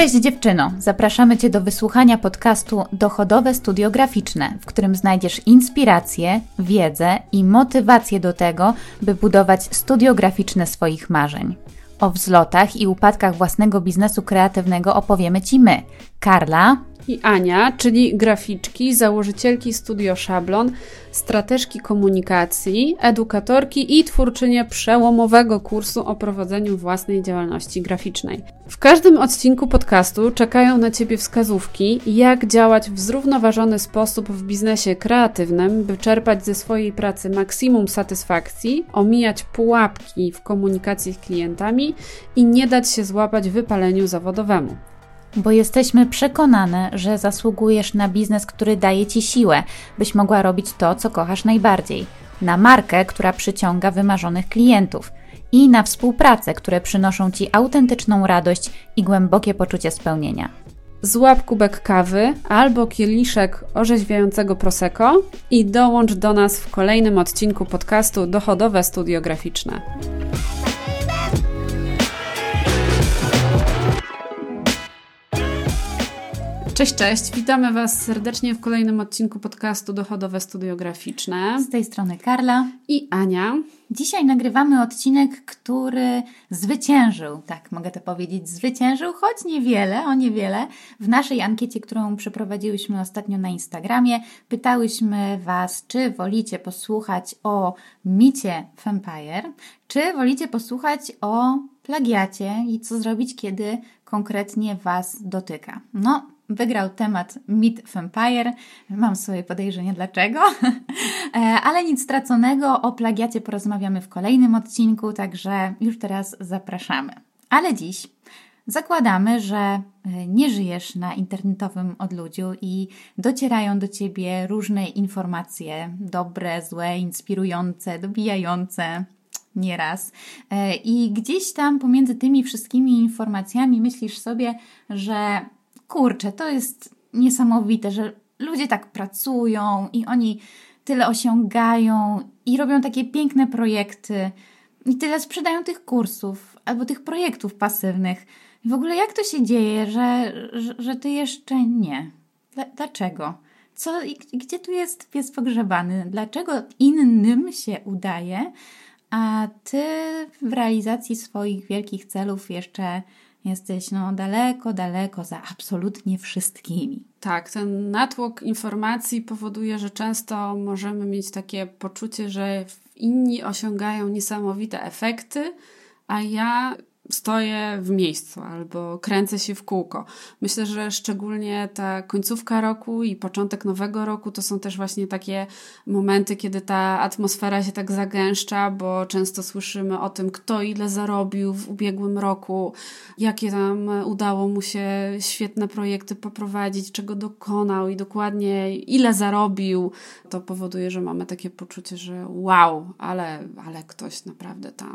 Cześć dziewczyno, zapraszamy Cię do wysłuchania podcastu Dochodowe Studio Graficzne, w którym znajdziesz inspirację, wiedzę i motywację do tego, by budować studio graficzne swoich marzeń. O wzlotach i upadkach własnego biznesu kreatywnego opowiemy Ci my, Karla i Ania, czyli graficzki, założycielki Studio Szablon, strateżki komunikacji, edukatorki i twórczynie przełomowego kursu o prowadzeniu własnej działalności graficznej. W każdym odcinku podcastu czekają na Ciebie wskazówki, jak działać w zrównoważony sposób w biznesie kreatywnym, by czerpać ze swojej pracy maksimum satysfakcji, omijać pułapki w komunikacji z klientami i nie dać się złapać wypaleniu zawodowemu. Bo jesteśmy przekonane, że zasługujesz na biznes, który daje Ci siłę, byś mogła robić to, co kochasz najbardziej. Na markę, która przyciąga wymarzonych klientów. I na współpracę, które przynoszą Ci autentyczną radość i głębokie poczucie spełnienia. Złap kubek kawy albo kieliszek orzeźwiającego prosecco i dołącz do nas w kolejnym odcinku podcastu Dochodowe Studio Graficzne. Cześć, witamy Was serdecznie w kolejnym odcinku podcastu Dochodowe Studio Graficzne. Z tej strony Karla i Ania. Dzisiaj nagrywamy odcinek, który zwyciężył, tak mogę to powiedzieć, choć niewiele. W naszej ankiecie, którą przeprowadziłyśmy ostatnio na Instagramie, pytałyśmy Was, czy wolicie posłuchać o micie Vampire, czy wolicie posłuchać o plagiacie i co zrobić, kiedy konkretnie Was dotyka. Wygrał temat Mit Vampire. Mam swoje podejrzenie dlaczego, ale nic straconego. O plagiacie porozmawiamy w kolejnym odcinku, także już teraz zapraszamy. Ale dziś zakładamy, że nie żyjesz na internetowym odludziu i docierają do Ciebie różne informacje, dobre, złe, inspirujące, dobijające. Nieraz. I gdzieś tam pomiędzy tymi wszystkimi informacjami myślisz sobie, że kurczę, to jest niesamowite, że ludzie tak pracują i oni tyle osiągają i robią takie piękne projekty i tyle sprzedają tych kursów albo tych projektów pasywnych. I w ogóle jak to się dzieje, że ty jeszcze nie? Dlaczego? Gdzie tu jest pies pogrzebany? Dlaczego innym się udaje, a ty w realizacji swoich wielkich celów jeszcze jesteś daleko za absolutnie wszystkimi. Tak, ten natłok informacji powoduje, że często możemy mieć takie poczucie, że inni osiągają niesamowite efekty, a ja stoję w miejscu albo kręcę się w kółko. Myślę, że szczególnie ta końcówka roku i początek nowego roku to są też właśnie takie momenty, kiedy ta atmosfera się tak zagęszcza, bo często słyszymy o tym, kto ile zarobił w ubiegłym roku, jakie tam udało mu się świetne projekty poprowadzić, czego dokonał i dokładnie ile zarobił. To powoduje, że mamy takie poczucie, że wow, ale ktoś naprawdę tam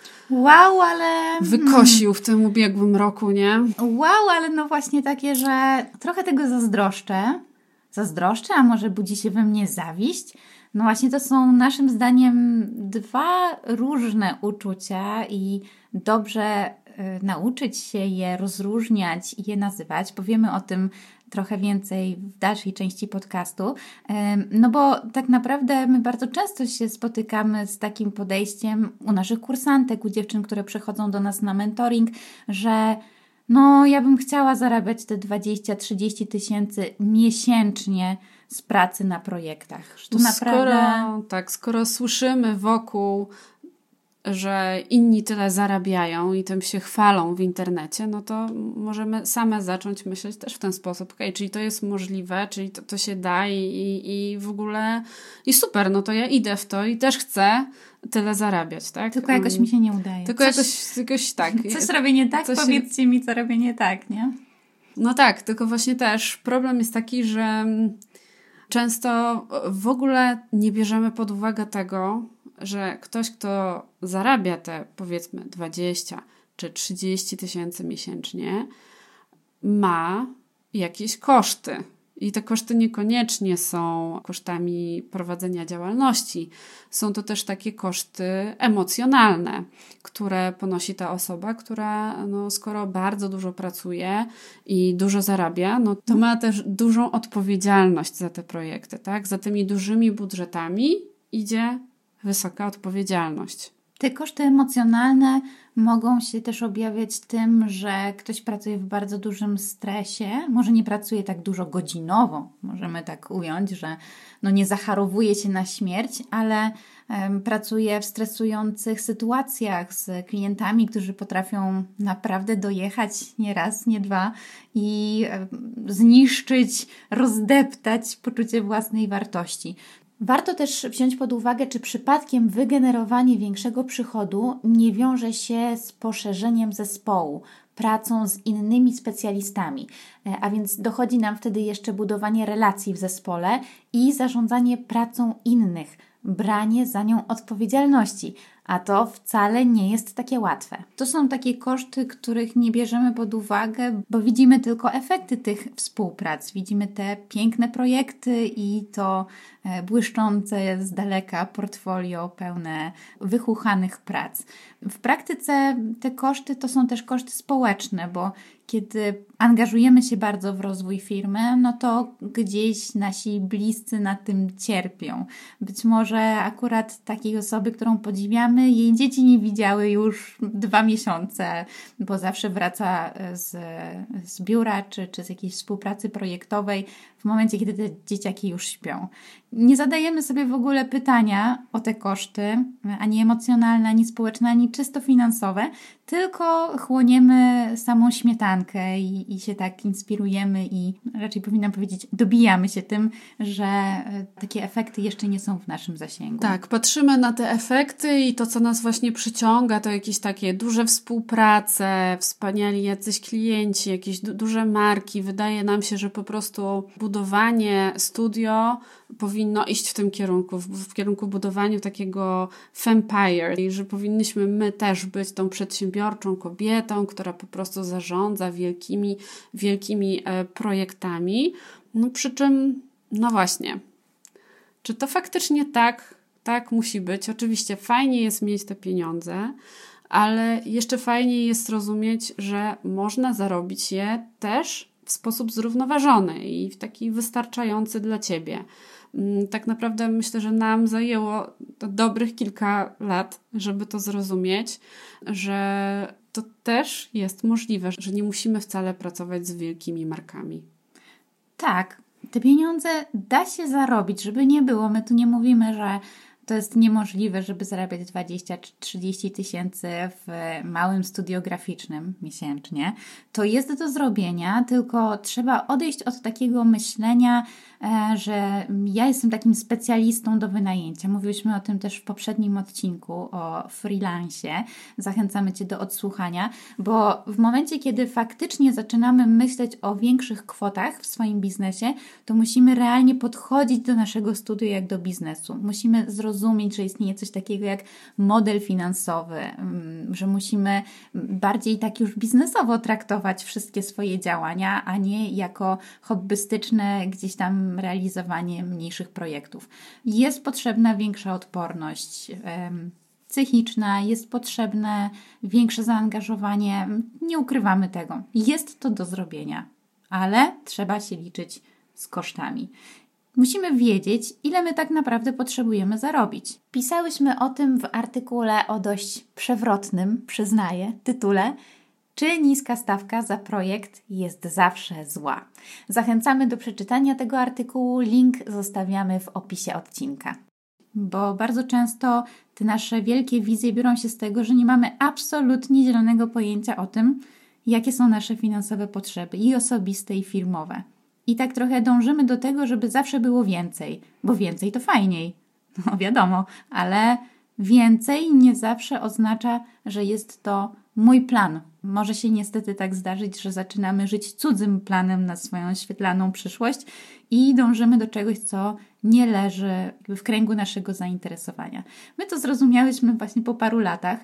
wykosił w tym ubiegłym roku, nie? Wow, ale właśnie takie, że trochę tego zazdroszczę, a może budzi się we mnie zawiść. Właśnie to są naszym zdaniem dwa różne uczucia i dobrze nauczyć się je rozróżniać i je nazywać. Powiemy o tym trochę więcej w dalszej części podcastu, bo tak naprawdę my bardzo często się spotykamy z takim podejściem u naszych kursantek, u dziewczyn, które przychodzą do nas na mentoring, że ja bym chciała zarabiać te 20-30 tysięcy miesięcznie z pracy na projektach. Skoro słyszymy wokół, że inni tyle zarabiają i tym się chwalą w internecie, to możemy same zacząć myśleć też w ten sposób. Czyli to jest możliwe, czyli to się da i w ogóle i super, to ja idę w to i też chcę tyle zarabiać, tak? Tylko jakoś mi się nie udaje. Jakoś tak. Coś robię nie tak? Powiedzcie mi, co robię nie tak, nie? Tak, tylko właśnie też problem jest taki, że często w ogóle nie bierzemy pod uwagę tego, że ktoś, kto zarabia te powiedzmy 20 czy 30 tysięcy miesięcznie, ma jakieś koszty. I te koszty niekoniecznie są kosztami prowadzenia działalności. Są to też takie koszty emocjonalne, które ponosi ta osoba, która skoro bardzo dużo pracuje i dużo zarabia, to ma też dużą odpowiedzialność za te projekty, tak? Za tymi dużymi budżetami idzie wysoka odpowiedzialność. Te koszty emocjonalne mogą się też objawiać tym, że ktoś pracuje w bardzo dużym stresie, może nie pracuje tak dużo godzinowo, możemy tak ująć, że nie zacharowuje się na śmierć, ale pracuje w stresujących sytuacjach z klientami, którzy potrafią naprawdę dojechać nie raz, nie dwa i zniszczyć, rozdeptać poczucie własnej wartości. Warto też wziąć pod uwagę, czy przypadkiem wygenerowanie większego przychodu nie wiąże się z poszerzeniem zespołu, pracą z innymi specjalistami, a więc dochodzi nam wtedy jeszcze budowanie relacji w zespole i zarządzanie pracą innych, branie za nią odpowiedzialności, a to wcale nie jest takie łatwe. To są takie koszty, których nie bierzemy pod uwagę, bo widzimy tylko efekty tych współprac. Widzimy te piękne projekty i to błyszczące z daleka portfolio pełne wychuchanych prac. W praktyce te koszty to są też koszty społeczne, bo kiedy angażujemy się bardzo w rozwój firmy, to gdzieś nasi bliscy na tym cierpią. Być może akurat takiej osoby, którą podziwiamy, jej dzieci nie widziały już 2 miesiące, bo zawsze wraca z biura czy z jakiejś współpracy projektowej w momencie, kiedy te dzieciaki już śpią. Nie zadajemy sobie w ogóle pytania o te koszty, ani emocjonalne, ani społeczne, ani czysto finansowe, tylko chłoniemy samą śmietankę i się tak inspirujemy i raczej powinnam powiedzieć, dobijamy się tym, że takie efekty jeszcze nie są w naszym zasięgu. Tak, patrzymy na te efekty i to, co nas właśnie przyciąga, to jakieś takie duże współprace, wspaniali jacyś klienci, jakieś duże marki. Wydaje nam się, że po prostu budowanie studio powinno iść w tym kierunku, w kierunku budowania takiego Fempire i że powinnyśmy my też być tą przedsiębiorczą kobietą, która po prostu zarządza wielkimi projektami. Przy czym, właśnie, czy to faktycznie tak musi być? Oczywiście fajnie jest mieć te pieniądze, ale jeszcze fajniej jest rozumieć, że można zarobić je też w sposób zrównoważony i w taki wystarczający dla Ciebie. Tak naprawdę myślę, że nam zajęło dobrych kilka lat, żeby to zrozumieć, że to też jest możliwe, że nie musimy wcale pracować z wielkimi markami. Tak, te pieniądze da się zarobić, żeby nie było. My tu nie mówimy, że to jest niemożliwe, żeby zarabiać 20 czy 30 tysięcy w małym studio graficznym miesięcznie. To jest do zrobienia, tylko trzeba odejść od takiego myślenia, że ja jestem takim specjalistą do wynajęcia. Mówiliśmy o tym też w poprzednim odcinku o freelancie. Zachęcamy Cię do odsłuchania, bo w momencie, kiedy faktycznie zaczynamy myśleć o większych kwotach w swoim biznesie, to musimy realnie podchodzić do naszego studia jak do biznesu. Musimy zrozumieć, że istnieje coś takiego jak model finansowy, że musimy bardziej tak już biznesowo traktować wszystkie swoje działania, a nie jako hobbystyczne gdzieś tam realizowanie mniejszych projektów. Jest potrzebna większa odporność psychiczna, jest potrzebne większe zaangażowanie. Nie ukrywamy tego. Jest to do zrobienia, ale trzeba się liczyć z kosztami. Musimy wiedzieć, ile my tak naprawdę potrzebujemy zarobić. Pisałyśmy o tym w artykule o dość przewrotnym, przyznaję, tytule Czy niska stawka za projekt jest zawsze zła? Zachęcamy do przeczytania tego artykułu, link zostawiamy w opisie odcinka. Bo bardzo często te nasze wielkie wizje biorą się z tego, że nie mamy absolutnie zielonego pojęcia o tym, jakie są nasze finansowe potrzeby i osobiste, i firmowe. I tak trochę dążymy do tego, żeby zawsze było więcej, bo więcej to fajniej. No wiadomo, ale więcej nie zawsze oznacza, że jest to mój plan. Może się niestety tak zdarzyć, że zaczynamy żyć cudzym planem na swoją świetlaną przyszłość i dążymy do czegoś, co nie leży w kręgu naszego zainteresowania. My to zrozumiałyśmy właśnie po paru latach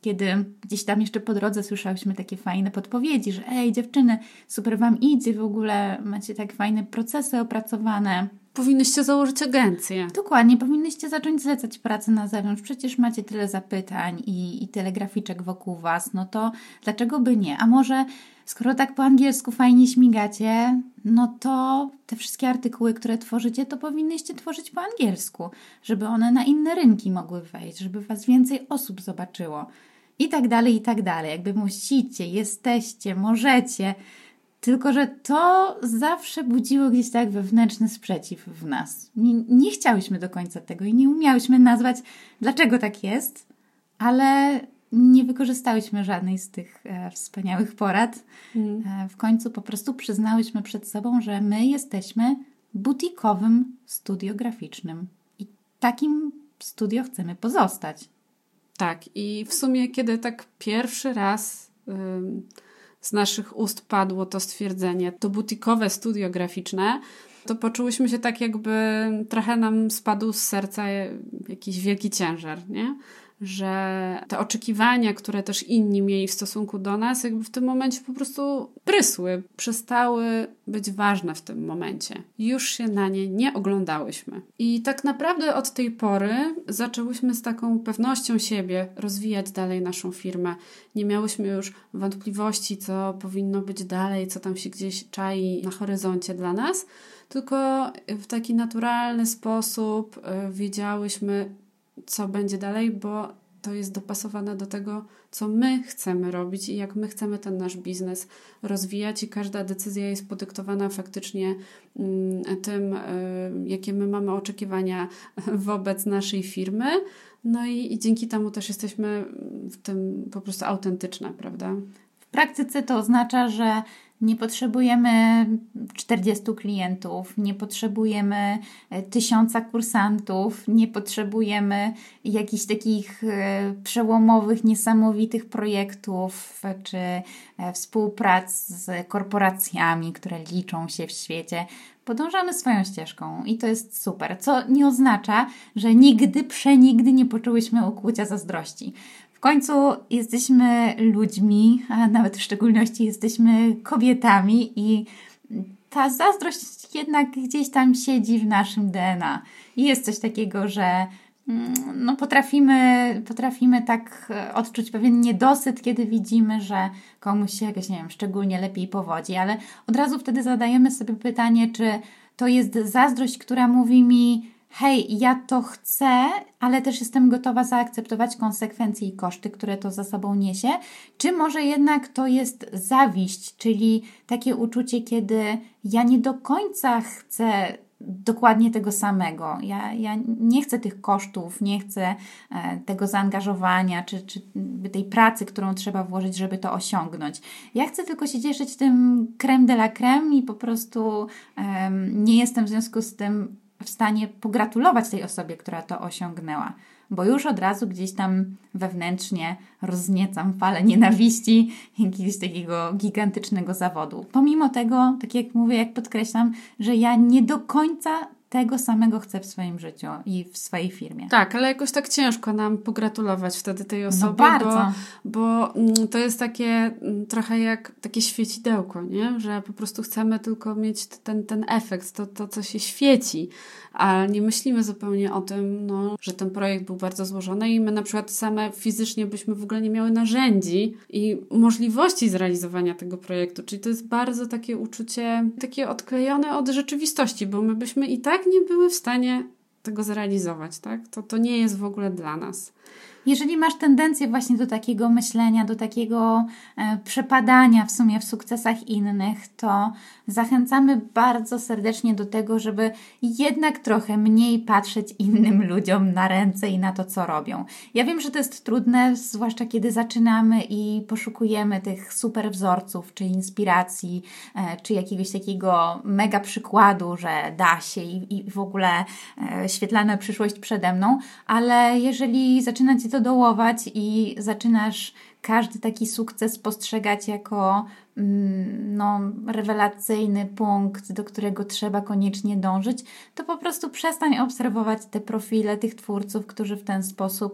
kiedy gdzieś tam jeszcze po drodze słyszałyśmy takie fajne podpowiedzi, że ej dziewczyny, super Wam idzie, w ogóle macie tak fajne procesy opracowane. Powinnyście założyć agencję. Dokładnie, powinnyście zacząć zlecać pracę na zewnątrz. Przecież macie tyle zapytań i tyle graficzek wokół Was, no to dlaczego by nie? A może skoro tak po angielsku fajnie śmigacie, no to te wszystkie artykuły, które tworzycie, to powinnyście tworzyć po angielsku, żeby one na inne rynki mogły wejść, żeby Was więcej osób zobaczyło. I tak dalej, i tak dalej. Jakby musicie, jesteście, możecie. Tylko że to zawsze budziło gdzieś tak wewnętrzny sprzeciw w nas. Nie chciałyśmy do końca tego i nie umiałyśmy nazwać, dlaczego tak jest, ale nie wykorzystałyśmy żadnej z tych wspaniałych porad. W końcu po prostu przyznałyśmy przed sobą, że my jesteśmy butikowym studio graficznym i takim studio chcemy pozostać. Tak, i w sumie kiedy tak pierwszy raz z naszych ust padło to stwierdzenie, to butikowe studio graficzne, to poczułyśmy się tak, jakby trochę nam spadł z serca jakiś wielki ciężar, nie? Że te oczekiwania, które też inni mieli w stosunku do nas, jakby w tym momencie po prostu prysły, przestały być ważne w tym momencie. Już się na nie nie oglądałyśmy. I tak naprawdę od tej pory zaczęłyśmy z taką pewnością siebie rozwijać dalej naszą firmę. Nie miałyśmy już wątpliwości, co powinno być dalej, co tam się gdzieś czai na horyzoncie dla nas, tylko w taki naturalny sposób wiedziałyśmy, co będzie dalej, bo to jest dopasowane do tego, co my chcemy robić i jak my chcemy ten nasz biznes rozwijać i każda decyzja jest podyktowana faktycznie tym, jakie my mamy oczekiwania wobec naszej firmy. No i dzięki temu też jesteśmy w tym po prostu autentyczne, prawda? W praktyce to oznacza, że nie potrzebujemy 40 klientów, nie potrzebujemy 1000 kursantów, nie potrzebujemy jakichś takich przełomowych, niesamowitych projektów czy współprac z korporacjami, które liczą się w świecie. Podążamy swoją ścieżką i to jest super, co nie oznacza, że nigdy, przenigdy nie poczułyśmy ukłucia zazdrości. W końcu jesteśmy ludźmi, a nawet w szczególności jesteśmy kobietami i ta zazdrość jednak gdzieś tam siedzi w naszym DNA. I jest coś takiego, że no potrafimy tak odczuć pewien niedosyt, kiedy widzimy, że komuś się jakoś, nie wiem, szczególnie lepiej powodzi, ale od razu wtedy zadajemy sobie pytanie, czy to jest zazdrość, która mówi mi: hej, ja to chcę, ale też jestem gotowa zaakceptować konsekwencje i koszty, które to za sobą niesie. Czy może jednak to jest zawiść, czyli takie uczucie, kiedy ja nie do końca chcę dokładnie tego samego. Ja nie chcę tych kosztów, nie chcę tego zaangażowania, czy tej pracy, którą trzeba włożyć, żeby to osiągnąć. Ja chcę tylko się cieszyć tym crème de la crème i po prostu nie jestem w związku z tym w stanie pogratulować tej osobie, która to osiągnęła, bo już od razu gdzieś tam wewnętrznie rozniecam falę nienawiści jakiegoś takiego gigantycznego zawodu. Pomimo tego, tak jak mówię, jak podkreślam, że ja nie do końca tego samego chcę w swoim życiu i w swojej firmie. Tak, ale jakoś tak ciężko nam pogratulować wtedy tej osobie, bo to jest takie trochę jak takie świecidełko, nie? Że po prostu chcemy tylko mieć ten efekt, to co się świeci, a nie myślimy zupełnie o tym, że ten projekt był bardzo złożony i my na przykład same fizycznie byśmy w ogóle nie miały narzędzi i możliwości zrealizowania tego projektu, czyli to jest bardzo takie uczucie, takie odklejone od rzeczywistości, bo my byśmy i tak nie były w stanie tego zrealizować, tak? To nie jest w ogóle dla nas. Jeżeli masz tendencję właśnie do takiego myślenia, do takiego przepadania w sumie w sukcesach innych, to zachęcamy bardzo serdecznie do tego, żeby jednak trochę mniej patrzeć innym ludziom na ręce i na to, co robią. Ja wiem, że to jest trudne, zwłaszcza kiedy zaczynamy i poszukujemy tych super wzorców, czy inspiracji, czy jakiegoś takiego mega przykładu, że da się i w ogóle świetlana przyszłość przede mną, ale jeżeli zaczynacie to dołować i zaczynasz każdy taki sukces postrzegać jako rewelacyjny punkt, do którego trzeba koniecznie dążyć, to po prostu przestań obserwować te profile tych twórców, którzy w ten sposób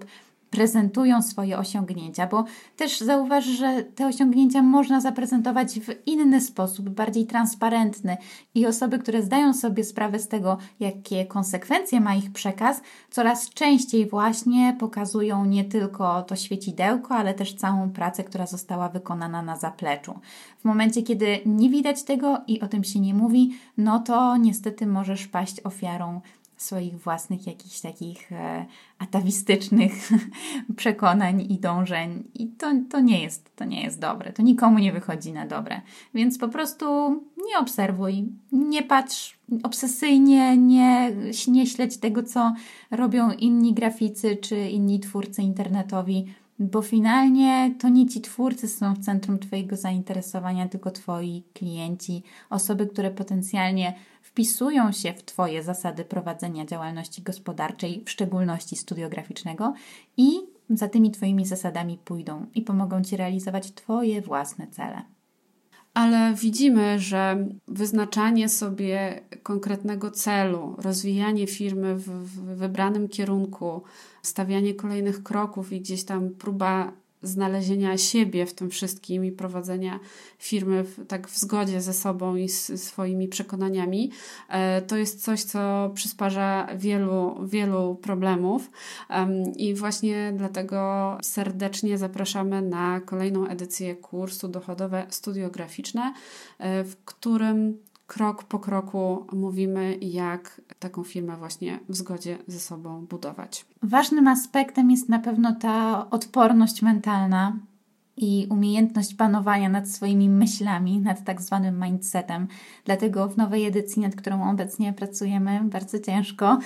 prezentują swoje osiągnięcia, bo też zauważ, że te osiągnięcia można zaprezentować w inny sposób, bardziej transparentny i osoby, które zdają sobie sprawę z tego, jakie konsekwencje ma ich przekaz, coraz częściej właśnie pokazują nie tylko to świecidełko, ale też całą pracę, która została wykonana na zapleczu. W momencie, kiedy nie widać tego i o tym się nie mówi, no to niestety możesz paść ofiarą swoich własnych jakichś takich atawistycznych przekonań i dążeń. I to nie jest dobre. To nikomu nie wychodzi na dobre. Więc po prostu nie obserwuj, nie patrz obsesyjnie, nie śledź tego, co robią inni graficy czy inni twórcy internetowi, bo finalnie to nie ci twórcy są w centrum Twojego zainteresowania, tylko Twoi klienci, osoby, które potencjalnie wpisują się w Twoje zasady prowadzenia działalności gospodarczej, w szczególności studiograficznego, i za tymi Twoimi zasadami pójdą i pomogą Ci realizować Twoje własne cele. Ale widzimy, że wyznaczanie sobie konkretnego celu, rozwijanie firmy w wybranym kierunku, stawianie kolejnych kroków i gdzieś tam próba znalezienia siebie w tym wszystkim i prowadzenia firmy tak w zgodzie ze sobą i swoimi przekonaniami, to jest coś, co przysparza wielu problemów i właśnie dlatego serdecznie zapraszamy na kolejną edycję kursu Dochodowe Studio Graficzne, w którym krok po kroku mówimy, jak taką firmę właśnie w zgodzie ze sobą budować. Ważnym aspektem jest na pewno ta odporność mentalna i umiejętność panowania nad swoimi myślami, nad tak zwanym mindsetem. Dlatego w nowej edycji, nad którą obecnie pracujemy bardzo ciężko,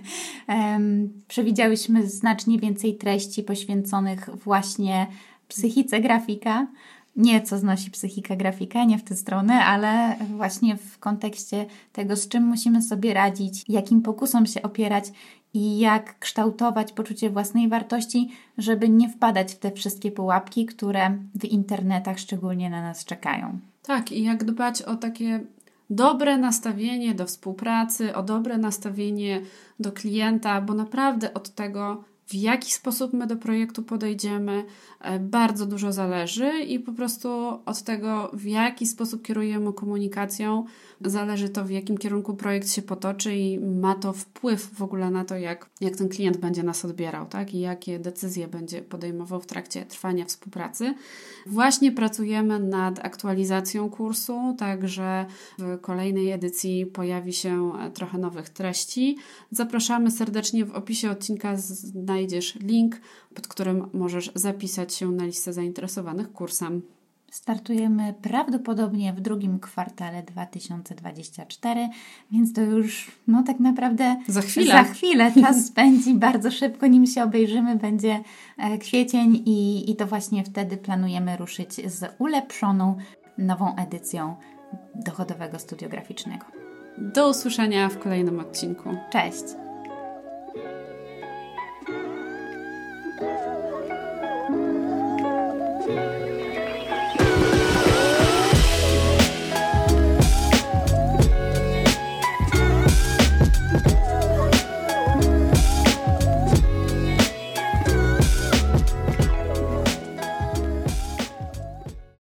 przewidziałyśmy znacznie więcej treści poświęconych właśnie psychice grafika. Nie co znosi psychika grafika, nie w tę stronę, ale właśnie w kontekście tego, z czym musimy sobie radzić, jakim pokusom się opierać i jak kształtować poczucie własnej wartości, żeby nie wpadać w te wszystkie pułapki, które w internetach szczególnie na nas czekają. Tak, i jak dbać o takie dobre nastawienie do współpracy, o dobre nastawienie do klienta, bo naprawdę od tego, w jaki sposób my do projektu podejdziemy, bardzo dużo zależy i po prostu od tego, w jaki sposób kierujemy komunikacją, zależy to, w jakim kierunku projekt się potoczy i ma to wpływ w ogóle na to, jak ten klient będzie nas odbierał, tak? I jakie decyzje będzie podejmował w trakcie trwania współpracy. Właśnie pracujemy nad aktualizacją kursu, także w kolejnej edycji pojawi się trochę nowych treści. Zapraszamy serdecznie, w opisie odcinka znajdziesz link, pod którym możesz zapisać się na listę zainteresowanych kursem. Startujemy prawdopodobnie w drugim kwartale 2024, więc to już tak naprawdę za chwilę. Czas spędzi bardzo szybko, nim się obejrzymy, będzie kwiecień i to właśnie wtedy planujemy ruszyć z ulepszoną, nową edycją Dochodowego Studio Graficznego. Do usłyszenia w kolejnym odcinku. Cześć!